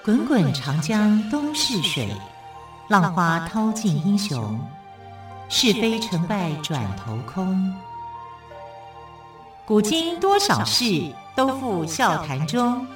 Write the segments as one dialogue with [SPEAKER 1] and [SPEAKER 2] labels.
[SPEAKER 1] 滚滚长江东逝水，浪花淘尽英雄。是非成败转头空。古今多少事，都付笑谈中。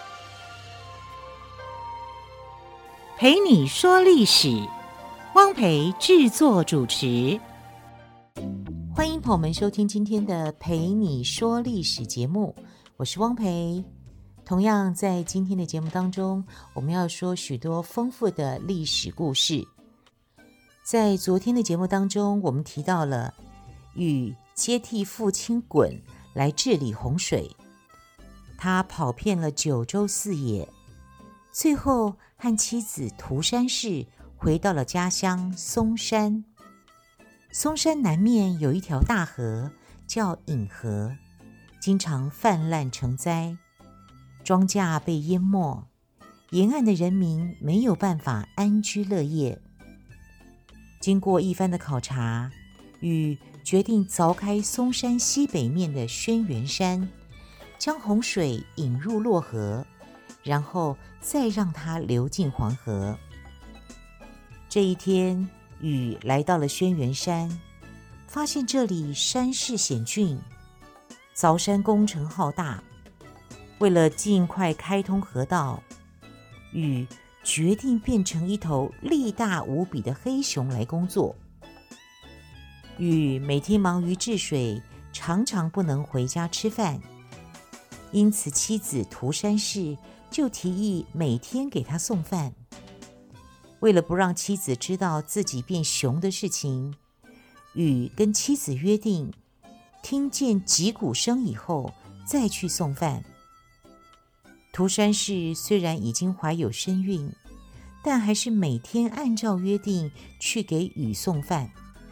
[SPEAKER 1] 陪你说历史，汪培制作主持。欢迎朋友们收听今天的陪你说历史节目，我是汪培。同样在今天的节目当中，我们要说许多丰富的历史故事。在昨天的节目当中，我们提到了禹接替父亲鲧来治理洪水，他跑遍了九州四野，最后和妻子涂山氏回到了家乡嵩山。嵩山南面有一条大河叫引河，经常泛滥成灾，庄稼被淹没，沿岸的人民没有办法安居乐业。经过一番的考察，禹决定凿开嵩山西北面的轩辕山，将洪水引入洛河，然后再让它流进黄河。这一天，禹来到了轩辕山，发现这里山势险峻，凿山工程浩大。为了尽快开通河道，禹决定变成一头力大无比的黑熊来工作。禹每天忙于治水，常常不能回家吃饭，因此妻子涂山氏就提议每天给他送饭。为了不让妻子知道自己变熊的事情，禹跟妻子约定，听见击鼓声以后再去送饭。涂山氏虽然已经怀有身孕，但还是每天按照约定去给禹送饭。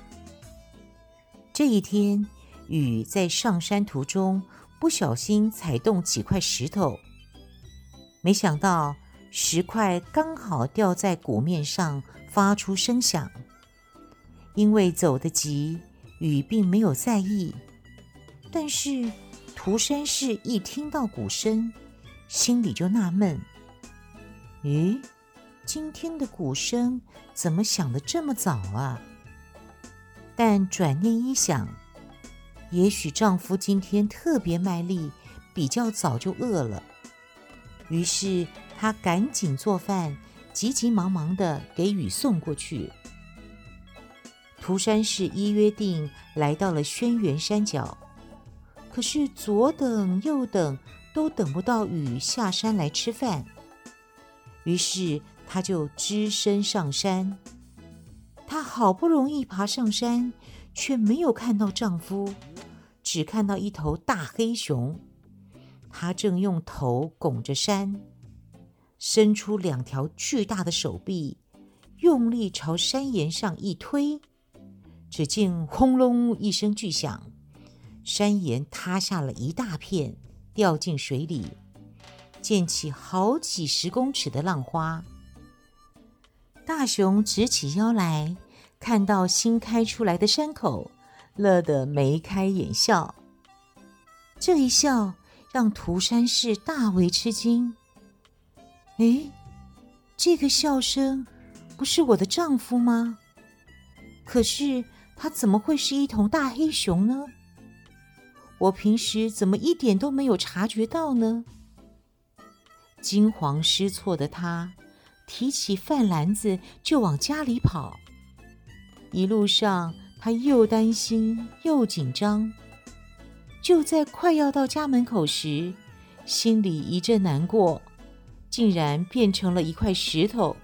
[SPEAKER 1] 这一天，禹在上山途中不小心踩动几块石头，没想到石块刚好掉在鼓面上，发出声响。因为走得急，禹并没有在意，但是涂山氏一听到鼓声，心里就纳闷，咦，今天的鼓声怎么响得这么早啊？但转念一想，也许丈夫今天特别卖力，比较早就饿了。于是她赶紧做饭，急急忙忙地给禹送过去。涂山氏依约定来到了轩辕山脚，可是左等右等都等不到禹下山来吃饭，于是她就只身上山。她好不容易爬上山，却没有看到丈夫，只看到一头大黑熊。它正用头拱着山，伸出两条巨大的手臂，用力朝山岩上一推，只见轰隆一声巨响，山岩塌下了一大片，掉进水里，溅起好几10公尺的浪花。大熊直起腰来，看到新开出来的山口，乐得眉开眼笑。这一笑让涂山氏大为吃惊，诶，这个笑声不是我的丈夫吗？可是他怎么会是一头大黑熊呢？我平时怎么一点都没有察觉到呢？惊慌失措的他提起饭篮子就往家里跑。一路上他又担心又紧张，就在快要到家门口时，心里一阵难过，竟然变成了一块石头。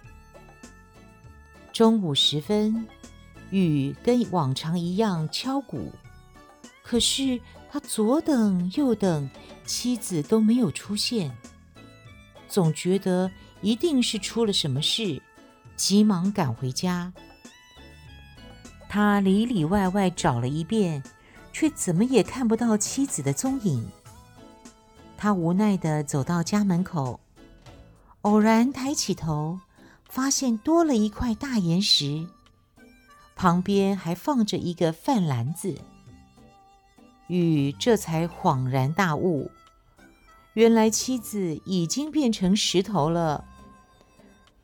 [SPEAKER 1] 中午时分，禹跟往常一样敲鼓，可是他左等右等，妻子都没有出现，总觉得一定是出了什么事，急忙赶回家。他里里外外找了一遍，却怎么也看不到妻子的踪影。他无奈地走到家门口，偶然抬起头，发现多了一块大岩石，旁边还放着一个饭篮子。禹这才恍然大悟，原来妻子已经变成石头了。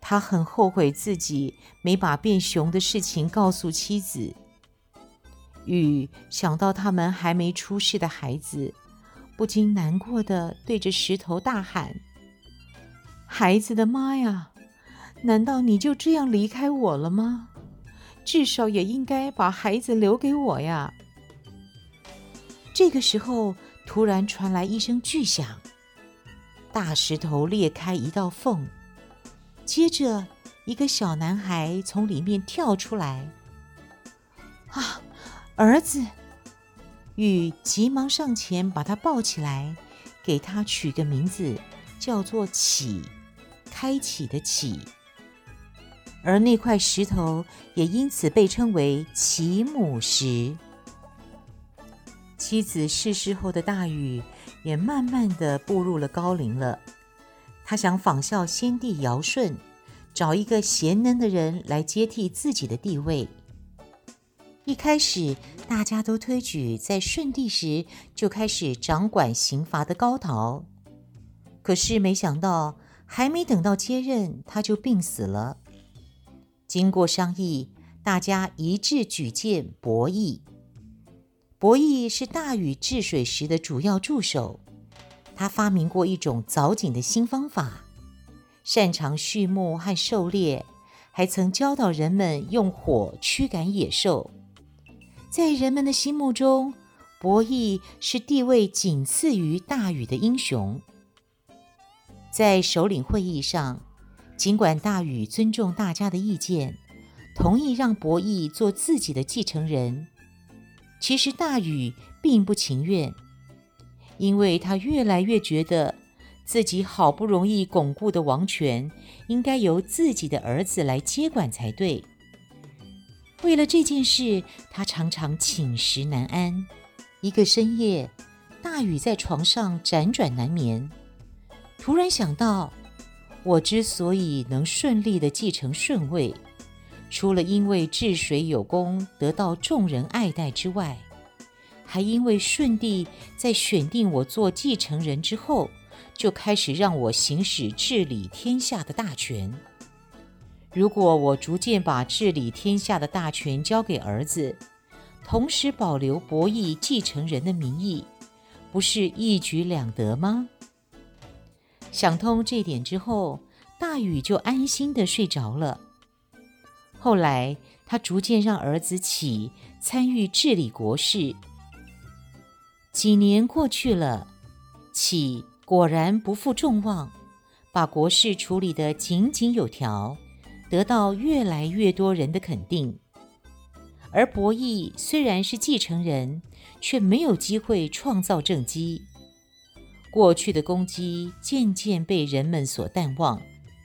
[SPEAKER 1] 他很后悔自己没把变熊的事情告诉妻子。禹想到他们还没出世的孩子，不禁难过地对着石头大喊：孩子的妈呀，难道你就这样离开我了吗？至少也应该把孩子留给我呀。这个时候，突然传来一声巨响，大石头裂开一道缝，接着一个小男孩从里面跳出来。啊，儿子！禹急忙上前把他抱起来，给他取个名字，叫做启，开启的启。而那块石头也因此被称为启母石。妻子逝世后的大禹也慢慢地步入了高龄了，他想仿效先帝尧舜，找一个贤能的人来接替自己的地位。一开始大家都推举在舜帝时就开始掌管刑罚的高陶，可是没想到还没等到接任，他就病死了。经过商议，大家一致举荐伯益。伯益是大禹治水时的主要助手，他发明过一种凿井的新方法，擅长畜牧和狩猎，还曾教导人们用火驱赶野兽。在人们的心目中，伯益是地位仅次于大禹的英雄。在首领会议上，尽管大禹尊重大家的意见，同意让伯益做自己的继承人，其实大禹并不情愿，因为他越来越觉得自己好不容易巩固的王权应该由自己的儿子来接管才对。为了这件事，他常常寝食难安。一个深夜，大禹在床上辗转难眠，突然想到，我之所以能顺利地继承舜位，除了因为治水有功得到众人爱戴之外，还因为舜帝在选定我做继承人之后，就开始让我行使治理天下的大权。如果我逐渐把治理天下的大权交给儿子，同时保留伯益继承人的名义，不是一举两得吗？想通这点之后，大禹就安心地睡着了。后来，他逐渐让儿子启参与治理国事。几年过去了，启果然不负众望，把国事处理得井井有条，得到越来越多人的肯定。而伯益虽然是继承人，却没有机会创造政绩。过去的功绩渐渐被人们所淡忘。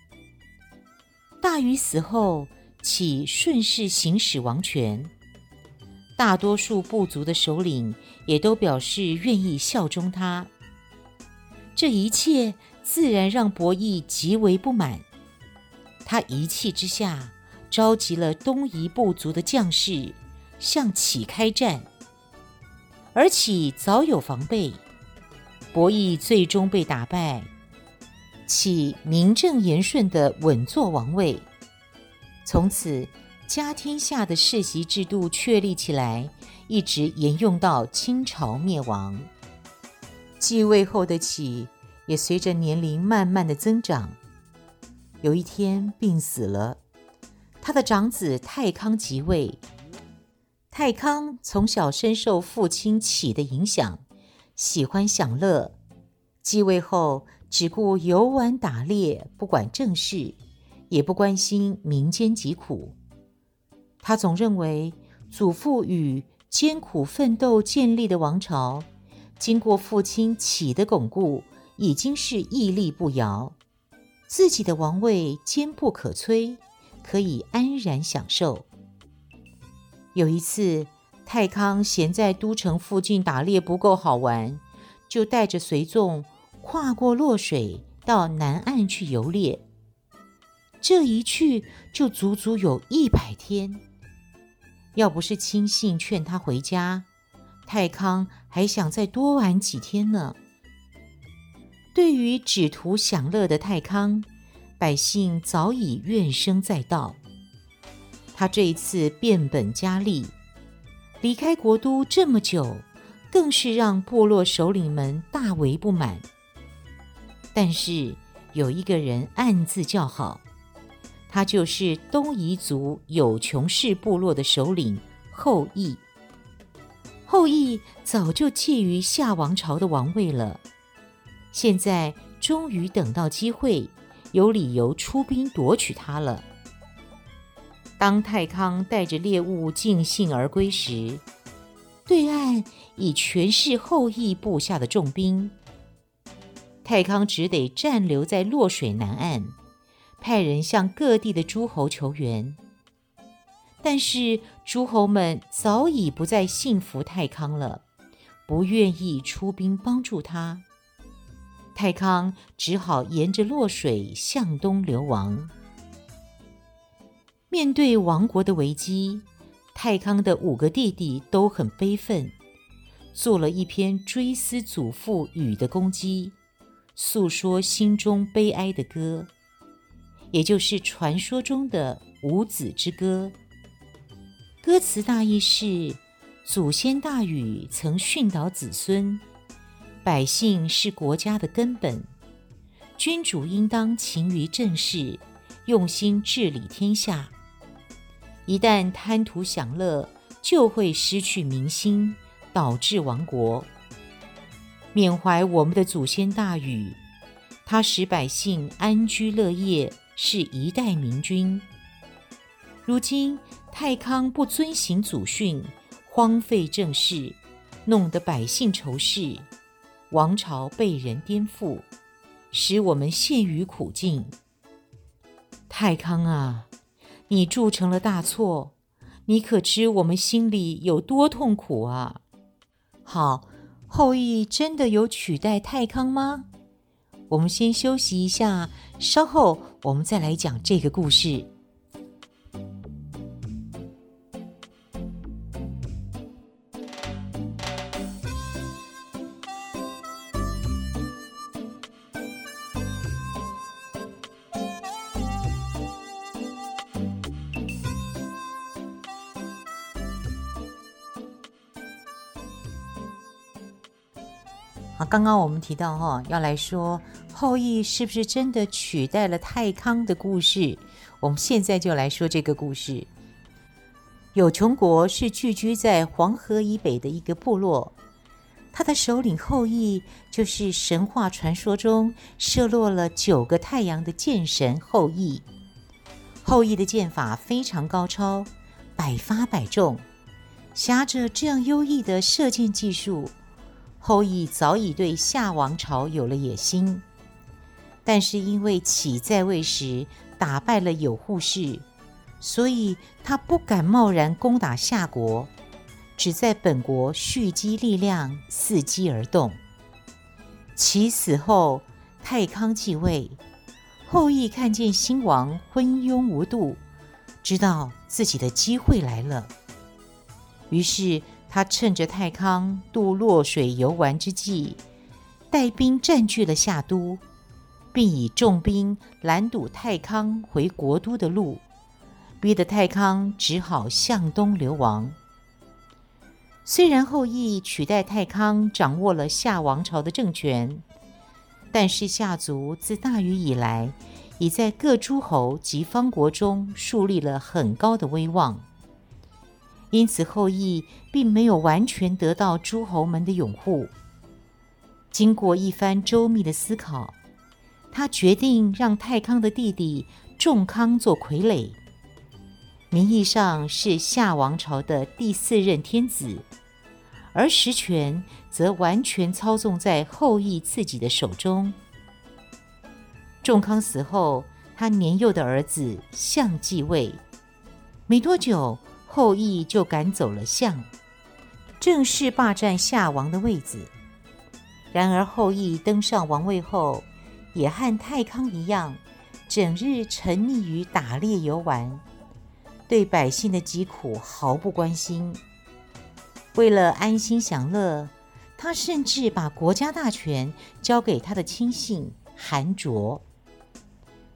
[SPEAKER 1] 大禹死后，启顺势行使王权，大多数部族的首领也都表示愿意效忠他。这一切自然让伯益极为不满，他一气之下召集了东夷部族的将士向启开战，而启早有防备，伯益最终被打败，启名正言顺地稳坐王位。从此，家天下的世袭制度确立起来，一直沿用到清朝灭亡。继位后的启也随着年龄慢慢的增长，有一天病死了。他的长子太康即位。太康从小深受父亲启的影响，喜欢享乐，继位后只顾游玩打猎，不管政事，也不关心民间疾苦。他总认为祖父禹艰苦奋斗建立的王朝，经过父亲启的巩固，已经是屹立不摇，自己的王位坚不可摧，可以安然享受。有一次，太康嫌在都城附近打猎不够好玩，就带着随从跨过洛水到南岸去游猎。这一去就足足有100天。要不是亲信劝他回家，太康还想再多玩几天呢。对于只图享乐的太康， 百姓早已怨声载道。他这一次变本加厉，离开国都这么久，更是让部落首领们大为不满。但是有一个人暗自叫好，他就是东夷族有穷氏部落的首领后羿。后羿早就觊觎夏王朝的王位了，现在终于等到机会，有理由出兵夺取他了。当太康带着猎物尽兴而归时，对岸已全是后羿部下的重兵。太康只得暂留在洛水南岸，派人向各地的诸侯求援。但是诸侯们早已不再信服太康了，不愿意出兵帮助他。太康只好沿着洛水向东流亡。面对亡国的危机，太康的5个弟弟都很悲愤，做了一篇追思祖父禹的功绩，诉说心中悲哀的歌，也就是传说中的五子之歌。歌词大意是：祖先大禹曾训导子孙，百姓是国家的根本，君主应当勤于政事，用心治理天下。一旦贪图享乐，就会失去民心，导致亡国。缅怀我们的祖先大禹，他使百姓安居乐业，是一代明君。如今太康不遵行祖训，荒废政事，弄得百姓仇视，王朝被人颠覆，使我们陷于苦境。太康啊，你铸成了大错，你可知我们心里有多痛苦啊？好，后羿真的有取代太康吗？我们先休息一下，稍后我们再来讲这个故事。刚刚我们提到要来说后羿是不是真的取代了太康的故事，我们现在就来说这个故事。有穷国是聚居在黄河以北的一个部落，他的首领后羿就是神话传说中射落了9个太阳的箭神后羿。后羿的箭法非常高超，百发百中，挟着这样优异的射箭技术，后羿早已对夏王朝有了野心，但是因为启在位时打败了有扈氏，所以他不敢贸然攻打夏国，只在本国蓄积力量，伺机而动。启死后，太康继位，后羿看见新王昏庸无度，知道自己的机会来了，于是他趁着太康渡洛水游玩之际，带兵占据了夏都，并以重兵拦堵太康回国都的路，逼得太康只好向东流亡。虽然后羿取代太康掌握了夏王朝的政权，但是夏族自大禹以来，已在各诸侯及方国中树立了很高的威望。因此后羿并没有完全得到诸侯们的拥护。经过一番周密的思考，他决定让太康的弟弟仲康做傀儡，名义上是夏王朝的第4任天子，而实权则完全操纵在后羿自己的手中。仲康死后，他年幼的儿子象继位，没多久后羿就赶走了象，正式霸占夏王的位子。然而后羿登上王位后，也和太康一样，整日沉溺于打猎游玩，对百姓的疾苦毫不关心。为了安心享乐，他甚至把国家大权交给他的亲信韩卓。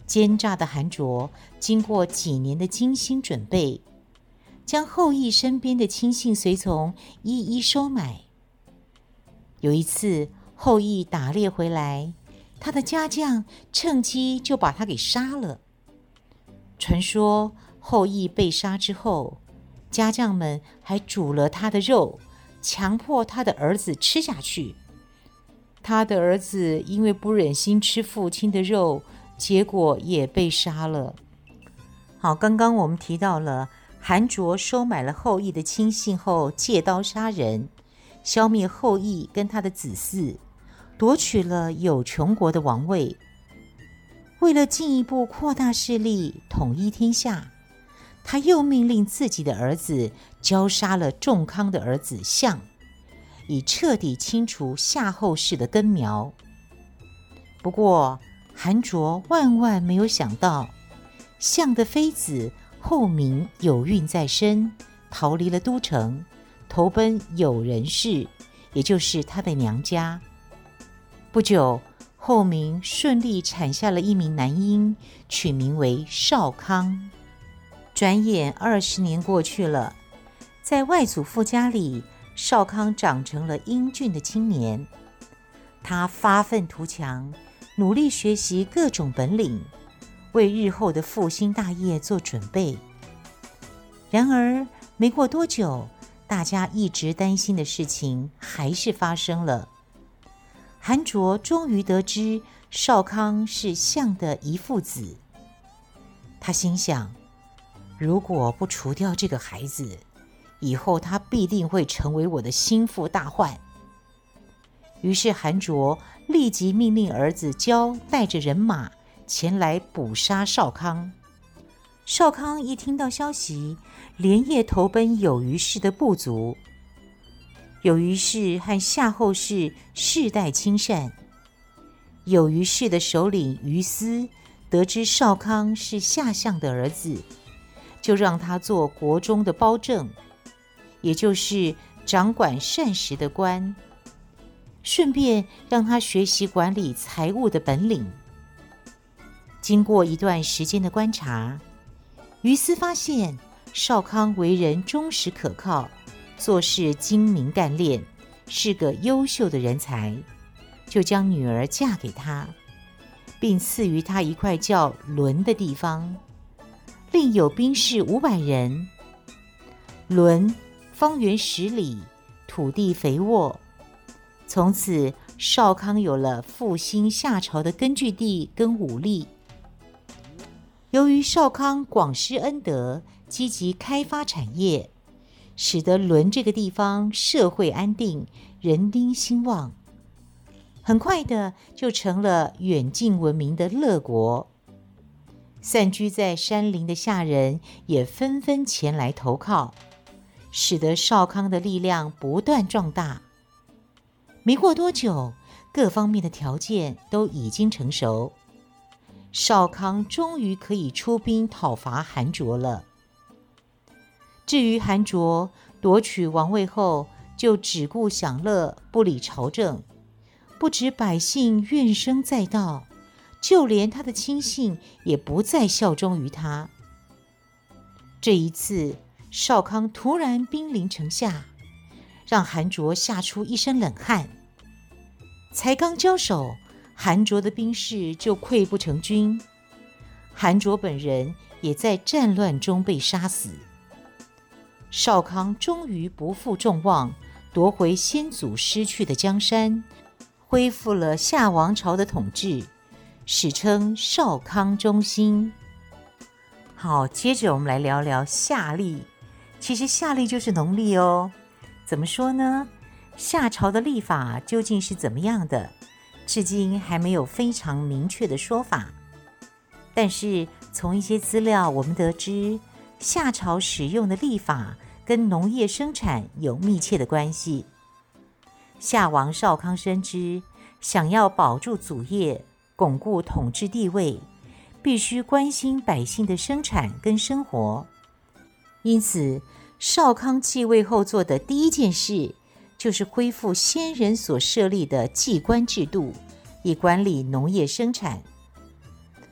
[SPEAKER 1] 奸诈的韩卓经过几年的精心准备，将后羿身边的亲信随从一一收买。有一次，后羿打猎回来，他的家将趁机就把他给杀了。传说后羿被杀之后，家将们还煮了他的肉，强迫他的儿子吃下去。他的儿子因为不忍心吃父亲的肉，结果也被杀了。好，刚刚我们提到了韩卓收买了后羿的亲信后，借刀杀人，消灭后羿跟他的子嗣，夺取了有穷国的王位。为了进一步扩大势力，统一天下，他又命令自己的儿子交杀了仲康的儿子象，以彻底清除夏后氏的根苗。不过韩卓万万没有想到，象的妃子后明有孕在身，逃离了都城，投奔有人氏，也就是他的娘家。不久，后明顺利产下了一名男婴，取名为少康。转眼20年过去了，在外祖父家里，少康长成了英俊的青年。他发愤图强，努力学习各种本领，为日后的复兴大业做准备。然而没过多久，大家一直担心的事情还是发生了。韩卓终于得知少康是象的遗腹子，他心想，如果不除掉这个孩子，以后他必定会成为我的心腹大患。于是韩卓立即命令儿子焦带着人马前来捕杀少康。少康一听到消息，连夜投奔有余氏的部族。有余氏和夏后氏世代亲善，有余氏的首领于私得知少康是夏相的儿子，就让他做国中的包正，也就是掌管膳食的官，顺便让他学习管理财务的本领。经过一段时间的观察，于私发现少康为人忠实可靠，做事精明干练，是个优秀的人才，就将女儿嫁给他，并赐予他一块叫伦的地方，另有兵士500人。伦方圆10里，土地肥沃。从此少康有了复兴夏朝的根据地跟武力。由于少康广施恩德，积极开发产业，使得伦这个地方社会安定，人丁兴旺，很快的就成了远近闻名的乐国。散居在山林的夏人也纷纷前来投靠，使得少康的力量不断壮大。没过多久，各方面的条件都已经成熟，少康终于可以出兵讨伐韩卓了。至于韩卓夺取王位后，就只顾享乐，不理朝政，不止百姓怨声载道，就连他的亲信也不再效忠于他。这一次，少康突然兵临城下，让韩卓吓出一身冷汗。才刚交手，韩卓的兵士就溃不成军，韩卓本人也在战乱中被杀死。少康终于不负众望，夺回先祖失去的江山，恢复了夏王朝的统治，史称少康中兴。好，接着我们来聊聊夏历。其实夏历就是农历哦。怎么说呢？夏朝的历法究竟是怎么样的，至今还没有非常明确的说法。但是从一些资料我们得知，夏朝使用的历法跟农业生产有密切的关系。夏王少康深知，想要保住祖业，巩固统治地位，必须关心百姓的生产跟生活。因此，少康继位后做的第一件事，就是恢复先人所设立的祭官制度，以管理农业生产。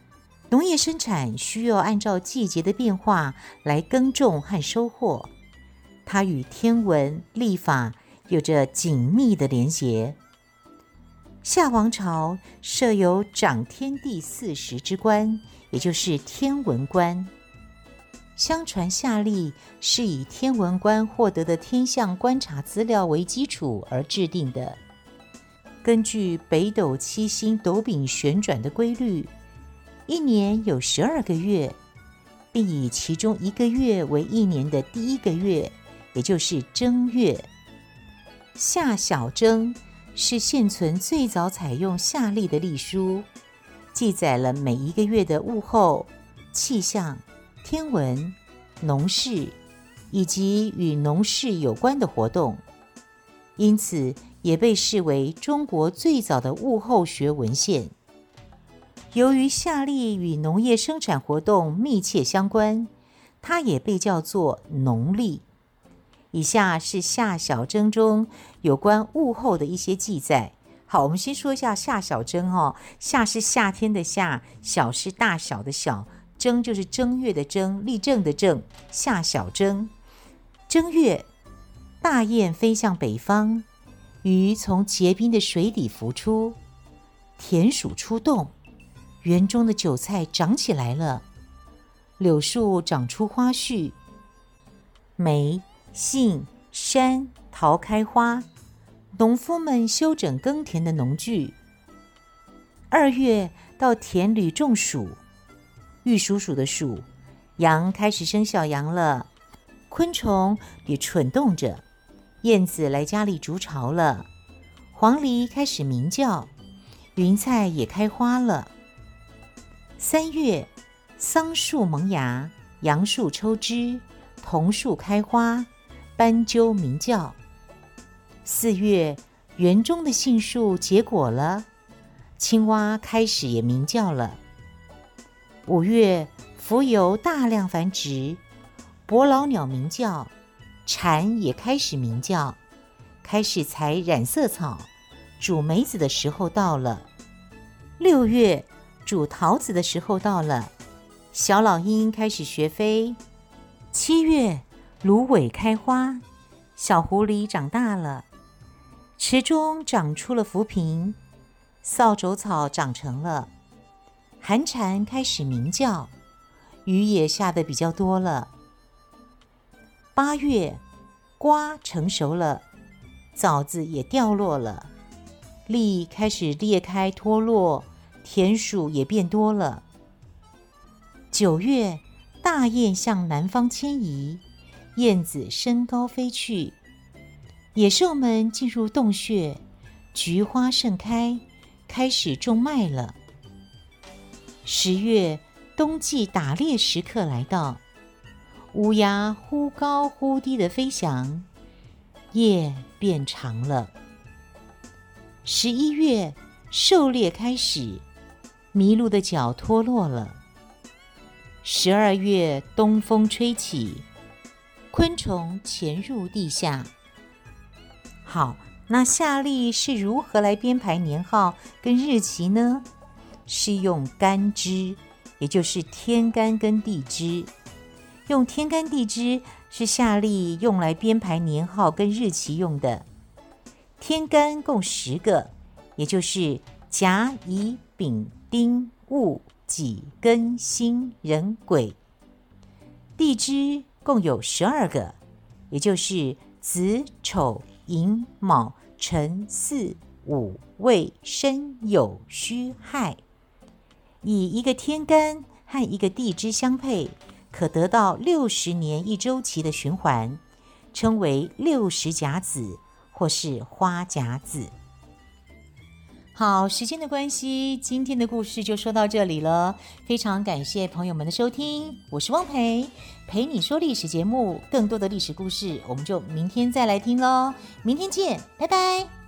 [SPEAKER 1] 农业生产需要按照季节的变化来耕种和收获，它与天文历法有着紧密的连结。夏王朝设有掌天地40之官，也就是天文官。相传夏历是以天文官获得的天象观察资料为基础而制定的。根据北斗七星斗柄旋转的规律，一年有12个月，并以其中1个月为一年的第1个月，也就是正月。夏小正是现存最早采用夏历的历书，记载了每1个月的物候、气象、天文、农事以及与农事有关的活动，因此也被视为中国最早的物候学文献。由于夏历与农业生产活动密切相关，它也被叫做农历。以下是夏小正中有关物候的一些记载。好，我们先说一下夏小正夏是夏天的夏，小是大小的小，正就是正月的正，立正的正，夏小正。正月，大雁飞向北方，鱼从结冰的水底浮出，田鼠出动，园中的韭菜长起来了，柳树长出花絮，梅、杏、山、桃开花，农夫们修整耕田的农具。2月到田里种黍，玉蜀黍的黍，羊开始生小羊了，昆虫也蠢动着，燕子来家里筑巢了，黄鹂开始鸣叫，云菜也开花了。3月，桑树萌芽，杨树抽枝，桐树开花，斑鸠鸣叫。4月，园中的杏树结果了，青蛙开始也鸣叫了。5月，蜉蝣大量繁殖，伯劳鸟鸣叫，蝉也开始鸣叫，开始采染色草，煮梅子的时候到了。6月，煮桃子的时候到了，小老鹰开始学飞。7月，芦苇开花，小狐狸长大了，池中长出了浮萍，扫帚草长成了，寒蝉开始鸣叫，雨也下得比较多了。8月，瓜成熟了，枣子也掉落了，栗开始裂开脱落，田鼠也变多了。9月，大雁向南方迁移，燕子升高飞去，野兽们进入洞穴，菊花盛开，开始种麦了。10月，冬季打猎时刻来到，乌鸦忽高忽低地飞翔，夜变长了。11月，狩猎开始，麋鹿的角脱落了。12月，东风吹起，昆虫潜入地下。好，那夏历是如何来编排年号跟日期呢？是用干支，也就是天干跟地支。用天干地支是夏历用来编排年号跟日期用的。天干共10个，也就是甲、乙、丙、丁、戊、己、庚、辛、壬、癸。地支共有12个，也就是子、丑、寅、卯、辰、巳、午、未、申、酉、戌、亥。以一个天干和一个地支相配，可得到60年一周期的循环，称为60甲子或是花甲子。好，时间的关系，今天的故事就说到这里了。非常感谢朋友们的收听，我是汪培，陪你说历史节目，更多的历史故事，我们就明天再来听咯。明天见，拜拜。